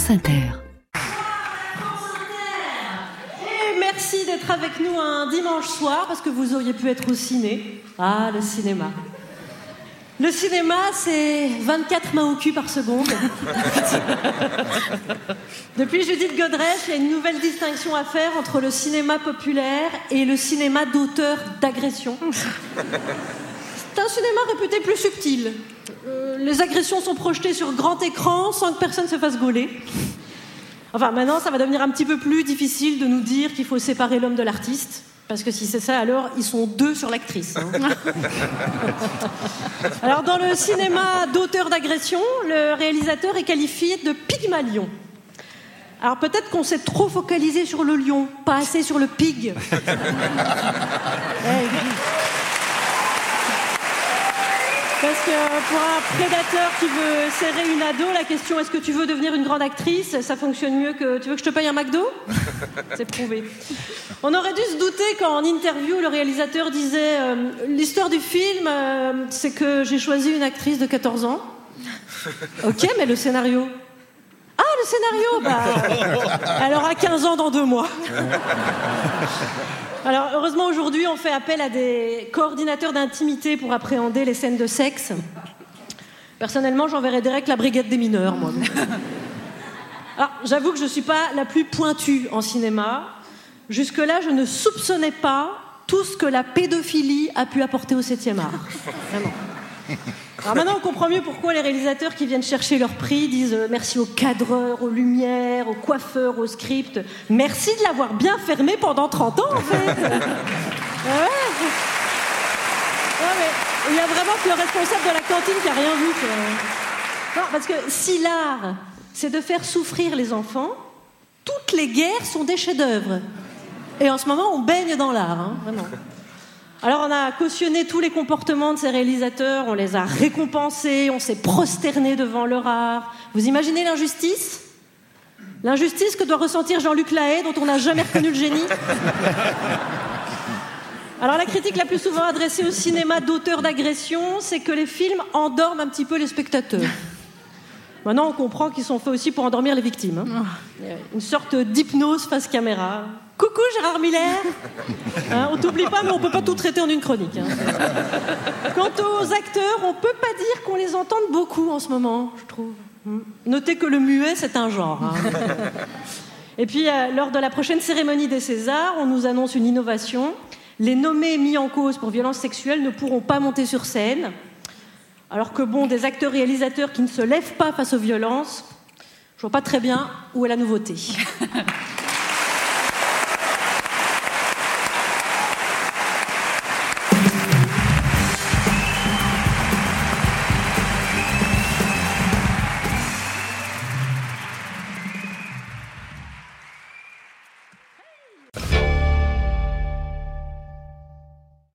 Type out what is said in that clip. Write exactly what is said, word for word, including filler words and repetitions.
France Inter. Et merci d'être avec nous un dimanche soir, parce que vous auriez pu être au ciné. Ah, le cinéma. Le cinéma, c'est vingt-quatre mains au cul par seconde. Depuis Judith Godrèche, il y a une nouvelle distinction à faire entre le cinéma populaire et le cinéma d'auteur d'agression. C'est un cinéma réputé plus subtil. Euh, les agressions sont projetées sur grand écran sans que personne se fasse gauler. Enfin, maintenant, ça va devenir un petit peu plus difficile de nous dire qu'il faut séparer l'homme de l'artiste. Parce que si c'est ça, alors ils sont deux sur l'actrice. Hein. Alors, dans le cinéma d'auteur d'agression, le réalisateur est qualifié de Pygmalion. Alors, peut-être qu'on s'est trop focalisé sur le lion, pas assez sur le pig. hey. Parce que pour un prédateur qui veut serrer une ado, la question est-ce que tu veux devenir une grande actrice, ça fonctionne mieux que tu veux que je te paye un McDo. C'est prouvé. On aurait dû se douter quand en interview le réalisateur disait euh, l'histoire du film euh, c'est que j'ai choisi une actrice de quatorze ans. Ok, mais le scénario. Ah, le scénario, bah elle aura quinze ans dans deux mois. Alors, heureusement, aujourd'hui, on fait appel à des coordinateurs d'intimité pour appréhender les scènes de sexe. Personnellement, j'enverrais direct la brigade des mineurs, moi. Alors, j'avoue que je ne suis pas la plus pointue en cinéma. Jusque-là, je ne soupçonnais pas tout ce que la pédophilie a pu apporter au septième art. Vraiment. Alors maintenant, on comprend mieux pourquoi les réalisateurs qui viennent chercher leur prix disent euh, merci aux cadreurs, aux lumières, aux coiffeurs, aux scripts. Merci de l'avoir bien fermé pendant trente ans, en fait. Ouais. Non, mais il y a vraiment que le responsable de la cantine qui n'a rien vu. Que... Non, parce que si l'art, c'est de faire souffrir les enfants, toutes les guerres sont des chefs-d'œuvre. Et en ce moment, on baigne dans l'art, hein, vraiment. Alors on a cautionné tous les comportements de ces réalisateurs, on les a récompensés, on s'est prosterné devant leur art. Vous imaginez l'injustice ? L'injustice que doit ressentir Jean-Luc Lahaye, dont on n'a jamais reconnu le génie. Alors la critique la plus souvent adressée au cinéma d'auteur d'agression, c'est que les films endorment un petit peu les spectateurs. Maintenant on comprend qu'ils sont faits aussi pour endormir les victimes. Hein. Une sorte d'hypnose face caméra. Coucou Gérard Miller, hein, on t'oublie pas, mais on peut pas tout traiter en une chronique. Hein. Quant aux acteurs, on peut pas dire qu'on les entende beaucoup en ce moment, je trouve. Notez que le muet, c'est un genre. Hein. Et puis, euh, lors de la prochaine cérémonie des Césars, on nous annonce une innovation. Les nommés mis en cause pour violences sexuelles ne pourront pas monter sur scène. Alors que, bon, des acteurs-réalisateurs qui ne se lèvent pas face aux violences, je vois pas très bien où est la nouveauté.